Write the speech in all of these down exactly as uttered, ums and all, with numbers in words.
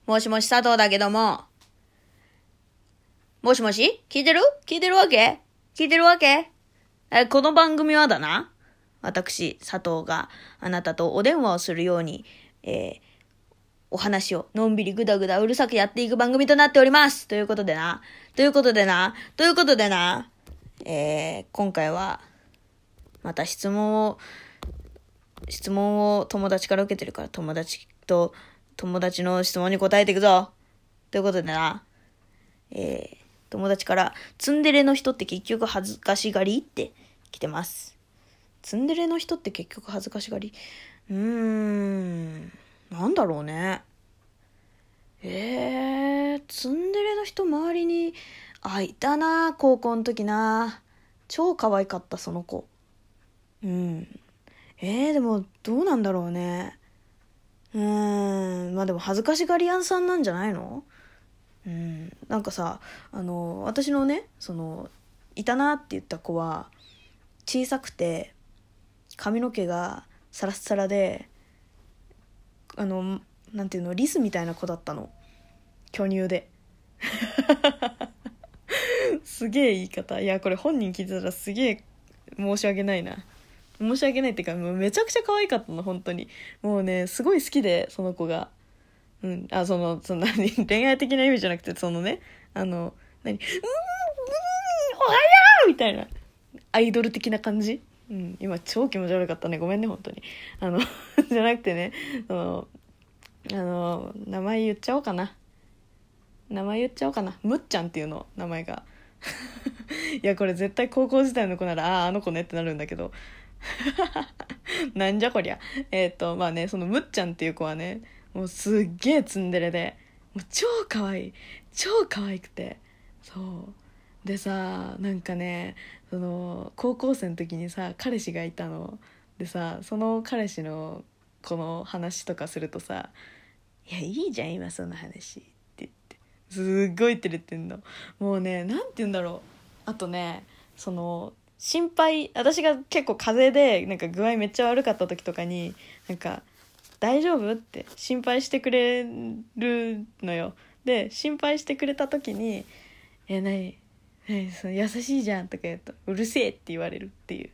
もしもし佐藤だけども。もしもし聞いてる聞いてるわけ聞いてるわけえ、この番組はだな。私、佐藤があなたとお電話をするように、えー、お話をのんびりぐだぐだうるさくやっていく番組となっております。ということでな。ということでな。ということでな。えー、今回は、また質問を、質問を友達から受けてるから、友達と、友達の質問に答えていくぞ。ということでな。えー、友達から、ツンデレの人って結局恥ずかしがりって来てます。ツンデレの人って結局恥ずかしがり。うーん、なんだろうね。えー、ツンデレの人周りに、あ、いたな、高校の時な。超可愛かった、その子。うん。えー、でも、どうなんだろうね。うーん、まあでも恥ずかしがり屋さんなんじゃないの？うん、なんかさ、あの、私のね、その、いたなって言った子は、小さくて、髪の毛がサラッサラで、あの、なんていうの、リスみたいな子だったの。巨乳で。すげえ言い方。いや、これ本人聞いてたらすげえ申し訳ないな。申し訳ないっていうか、もうめちゃくちゃ可愛かったの、本当に。もうね、すごい好きで、その子が。うん、あ、その、その何、恋愛的な意味じゃなくて、そのね、あの、何、うーん、うーん、おはようみたいな、アイドル的な感じ。うん、今超気持ち悪かったね。ごめんね、本当に。あの、じゃなくてね、その、あの、名前言っちゃおうかな。名前言っちゃおうかな。むっちゃんっていうの、名前が。いや、これ絶対高校時代の子なら、ああ、あの子ねってなるんだけど。なんじゃこりゃ。えっと、まあね、そのむっちゃんっていう子はね、もうすっげえツンデレで、もう超可愛い。超可愛くて。そう。でさ、なんかね、その、高校生の時にさ、彼氏がいたの。でさ、その彼氏のこの話とかするとさ、いや、いいじゃん、今その話。って言って。すっごい照れてんの。もうね、なんて言うんだろう。あとね、その、心配、私が結構風邪でなんか具合めっちゃ悪かった時とかになんか大丈夫って心配してくれるのよ。で心配してくれた時にえ何何その優しいじゃんとか言うとうるせえって言われるっていう、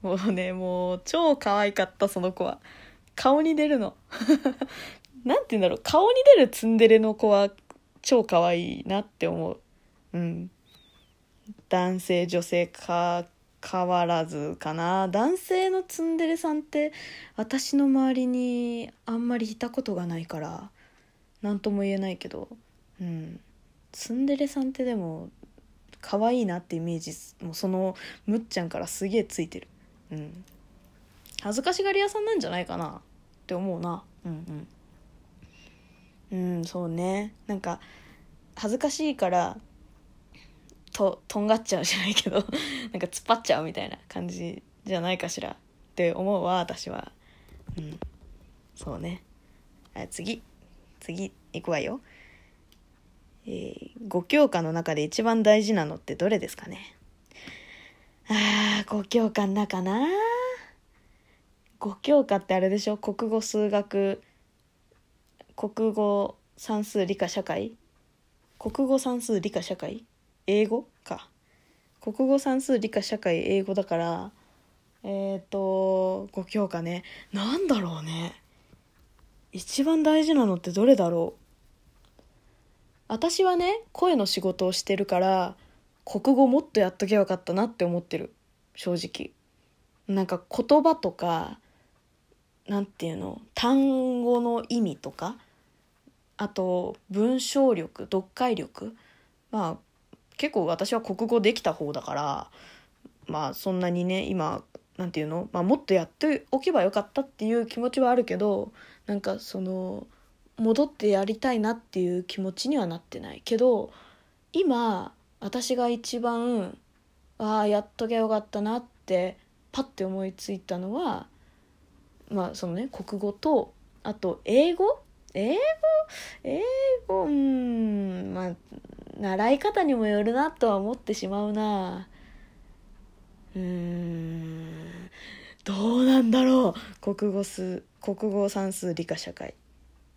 もうね、もう超可愛かった。その子は顔に出るの。なんて言うんだろう、顔に出るツンデレの子は超可愛いなって思う。うん、男性女性か変わらずかな。男性のツンデレさんって私の周りにあんまりいたことがないから何とも言えないけど、うん、ツンデレさんってでも可愛いなってイメージ、もうそのむっちゃんからすげえついてる。うん、恥ずかしがり屋さんなんじゃないかなって思うな。うんうん、うん、そうね。なんか恥ずかしいからととんがっちゃうじゃないけどなんか突っ張っちゃうみたいな感じじゃないかしらって思うわ、私は。うん、そうね。あ、次次いくわよ。えー、ご教科の中で一番大事なのってどれですかね。あー、ご教科の中な。ご教科ってあれでしょ。国語、数学、国語、算数、理科、社会。国語、算数、理科、社会、英語か。国語、算数、理科、社会、英語だから、えっと、ご教科ね。なんだろうね。一番大事なのってどれだろう。私はね、声の仕事をしてるから、国語もっとやっとけばよかったなって思ってる。正直。なんか言葉とか、なんていうの、単語の意味とか、あと文章力、読解力。まあ、結構私は国語できた方だから、まあそんなにね、今、なんていうの、まあもっとやっておけばよかったっていう気持ちはあるけど、なんかその、戻ってやりたいなっていう気持ちにはなってないけど、今私が一番ああやっとけばよかったなってパッて思いついたのは、まあそのね、国語とあと英語英語英語うーんまあ習い方にもよるなとは思ってしまうな。うーんどうなんだろう。国語数国語算数理科社会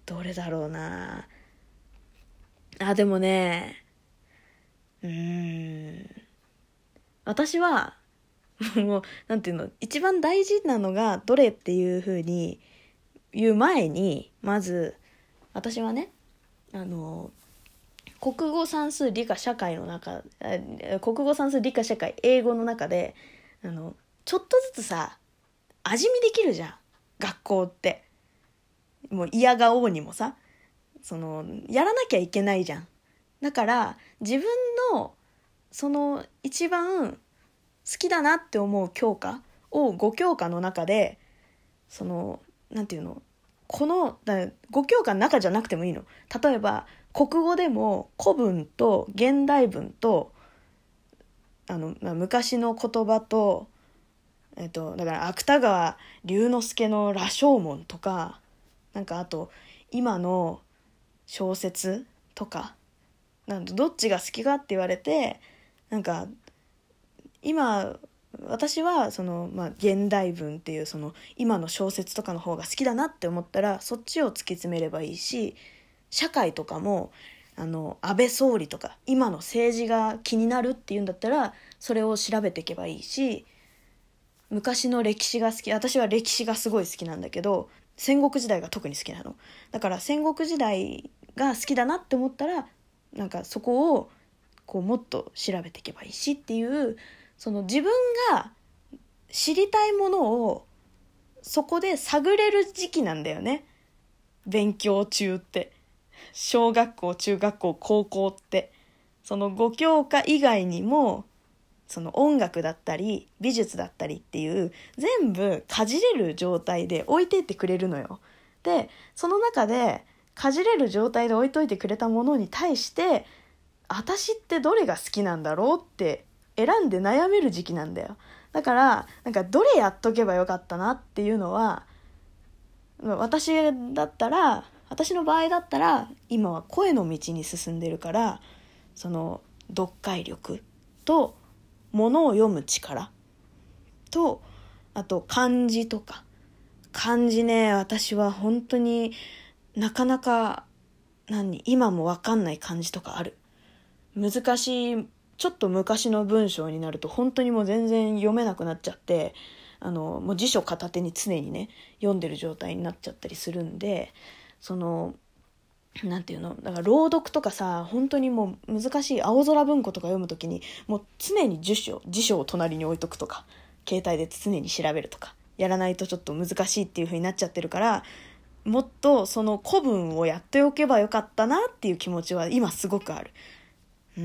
どれだろうな。あ、でもね、うーん。私は、もう、なんていうの、一番大事なのがどれっていう風に言う前に、まず、私はね、あの、国語算数理科社会の中、国語算数理科社会英語の中で、あの、ちょっとずつさ、味見できるじゃん。学校って。もう嫌がおうにもさ、その、やらなきゃいけないじゃん。だから、自分の、その、一番好きだなって思う教科をご教科の中で、その、なんていうの、この、だご教科の中じゃなくてもいいの。例えば、国語でも古文と現代文と、あの、まあ、昔の言葉と、えっと、だから芥川龍之介の羅生門とか、なんかあと今の小説とか、なんどっちが好きかって言われて、なんか今私はその、まあ、現代文っていうその今の小説とかの方が好きだなって思ったらそっちを突き詰めればいいし、社会とかもあの安倍総理とか今の政治が気になるっていうんだったらそれを調べていけばいいし、昔の歴史が好き、私は歴史がすごい好きなんだけど戦国時代が特に好きなの。だから戦国時代が好きだなって思ったらなんかそこをこうもっと調べていけばいいしっていう、その自分が知りたいものをそこで探れる時期なんだよね、勉強中って。小学校中学校高校ってそのご教科以外にもその音楽だったり美術だったりっていう全部かじれる状態で置いていってくれるのよ。でその中でかじれる状態で置いといてくれたものに対して私ってどれが好きなんだろうって選んで悩める時期なんだよ。だからなんかどれやっとけばよかったなっていうのは、私だったら私の場合だったら今は声の道に進んでるから、その読解力と物を読む力と、あと漢字とか。漢字ね、私は本当になかなか何今も分かんない漢字とかある。難しい、ちょっと昔の文章になると本当にもう全然読めなくなっちゃって、あのもう辞書片手に常にね読んでる状態になっちゃったりするんで、そのなんていうの、だから朗読とかさ、本当にもう難しい青空文庫とか読むときにもう常に辞書辞書を隣に置いとくとか、携帯で常に調べるとかやらないとちょっと難しいっていう風になっちゃってるから、もっとその古文をやっておけばよかったなっていう気持ちは今すごくある。うん、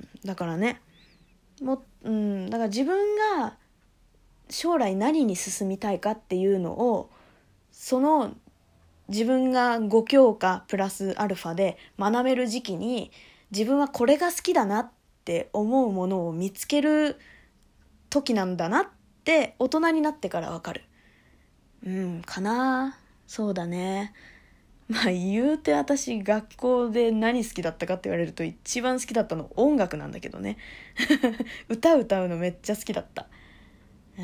だからね、もうん、だから自分が将来何に進みたいかっていうのを、その自分がご教科プラスアルファで学べる時期に自分はこれが好きだなって思うものを見つける時なんだなって大人になってからわかる。うんかな。そうだね。まあ言うて私学校で何好きだったかって言われると一番好きだったの音楽なんだけどね歌歌うのめっちゃ好きだった。うん、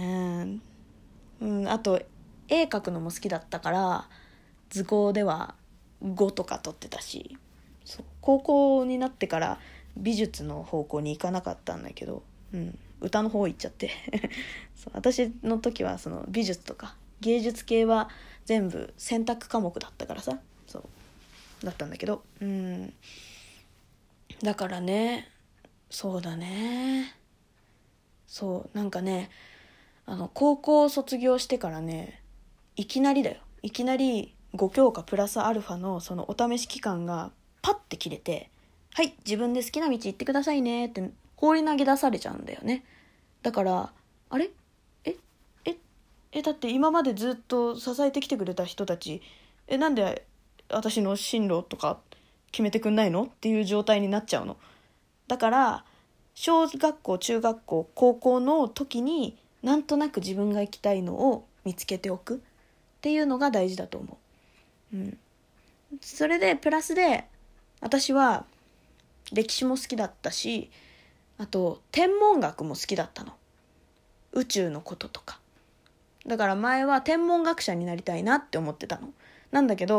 うん、あと絵描くのも好きだったから図工ではごとか取ってたし、そう高校になってから美術の方向に行かなかったんだけど、うん、歌の方行っちゃってそう私の時はその美術とか芸術系は全部選択科目だったからさ、そうだったんだけど、うんだからね、そうだね、そうなんかね、あの高校卒業してからね、いきなりだよ、いきなりご教科プラスアルファのそのお試し期間がパッて切れて、はい自分で好きな道行ってくださいねって放り投げ出されちゃうんだよね。だからあれえええだって今までずっと支えてきてくれた人たち、えなんで私の進路とか決めてくんないのっていう状態になっちゃうの。だから小学校中学校高校の時になんとなく自分が行きたいのを見つけておくっていうのが大事だと思う。うん。それでプラスで私は歴史も好きだったし、あと天文学も好きだったの。宇宙のこととか。だから前は天文学者になりたいなって思ってたの。なんだけど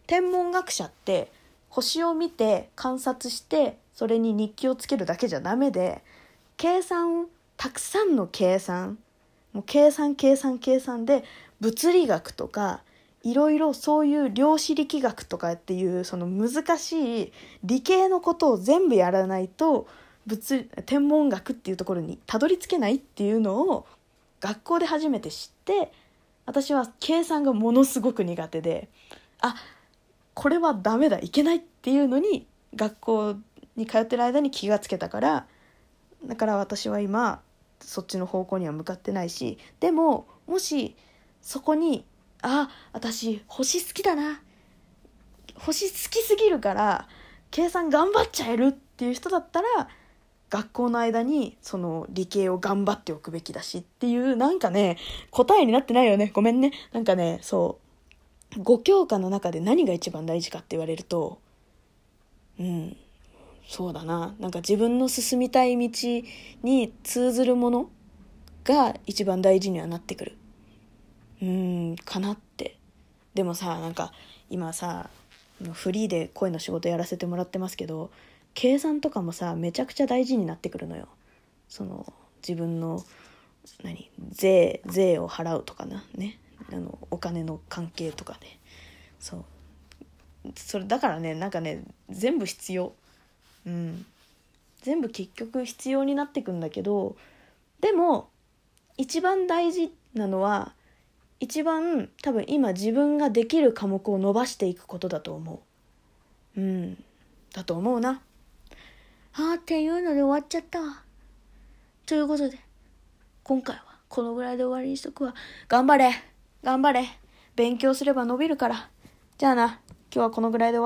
天文学者って星を見て観察してそれに日記をつけるだけじゃダメで、計算、たくさんの計算、もう計算計算計算で物理学とかいろいろそういう量子力学とかっていうその難しい理系のことを全部やらないと物天文学っていうところにたどり着けないっていうのを学校で初めて知って、私は計算がものすごく苦手で、あ、これはダメだ、いけないっていうのに学校に通ってる間に気がつけたから、だから私は今そっちの方向には向かってないし、でももしそこに、あ、私星好きだな、星好きすぎるから計算頑張っちゃえるっていう人だったら、学校の間にその理系を頑張っておくべきだしっていう、なんかね、答えになってないよね、ごめんね。なんかね、そうご教科の中で何が一番大事かって言われると、うんそうだな、なんか自分の進みたい道に通ずるものが一番大事にはなってくる、うーんかなって。でもさ、なんか今さフリーで声の仕事やらせてもらってますけど、計算とかもさめちゃくちゃ大事になってくるのよ。その自分の何税税を払うとかなね、あのお金の関係とかね、そうそれだからね、なんかね全部必要、うん全部結局必要になってくんだけど、でも一番大事なのは、一番多分今自分ができる科目を伸ばしていくことだと思う。うんだと思うな。あーっていうので終わっちゃったわ。ということで今回はこのぐらいで終わりにしとくわ。頑張れ頑張れ、勉強すれば伸びるから。じゃあな、今日はこのぐらいで終わり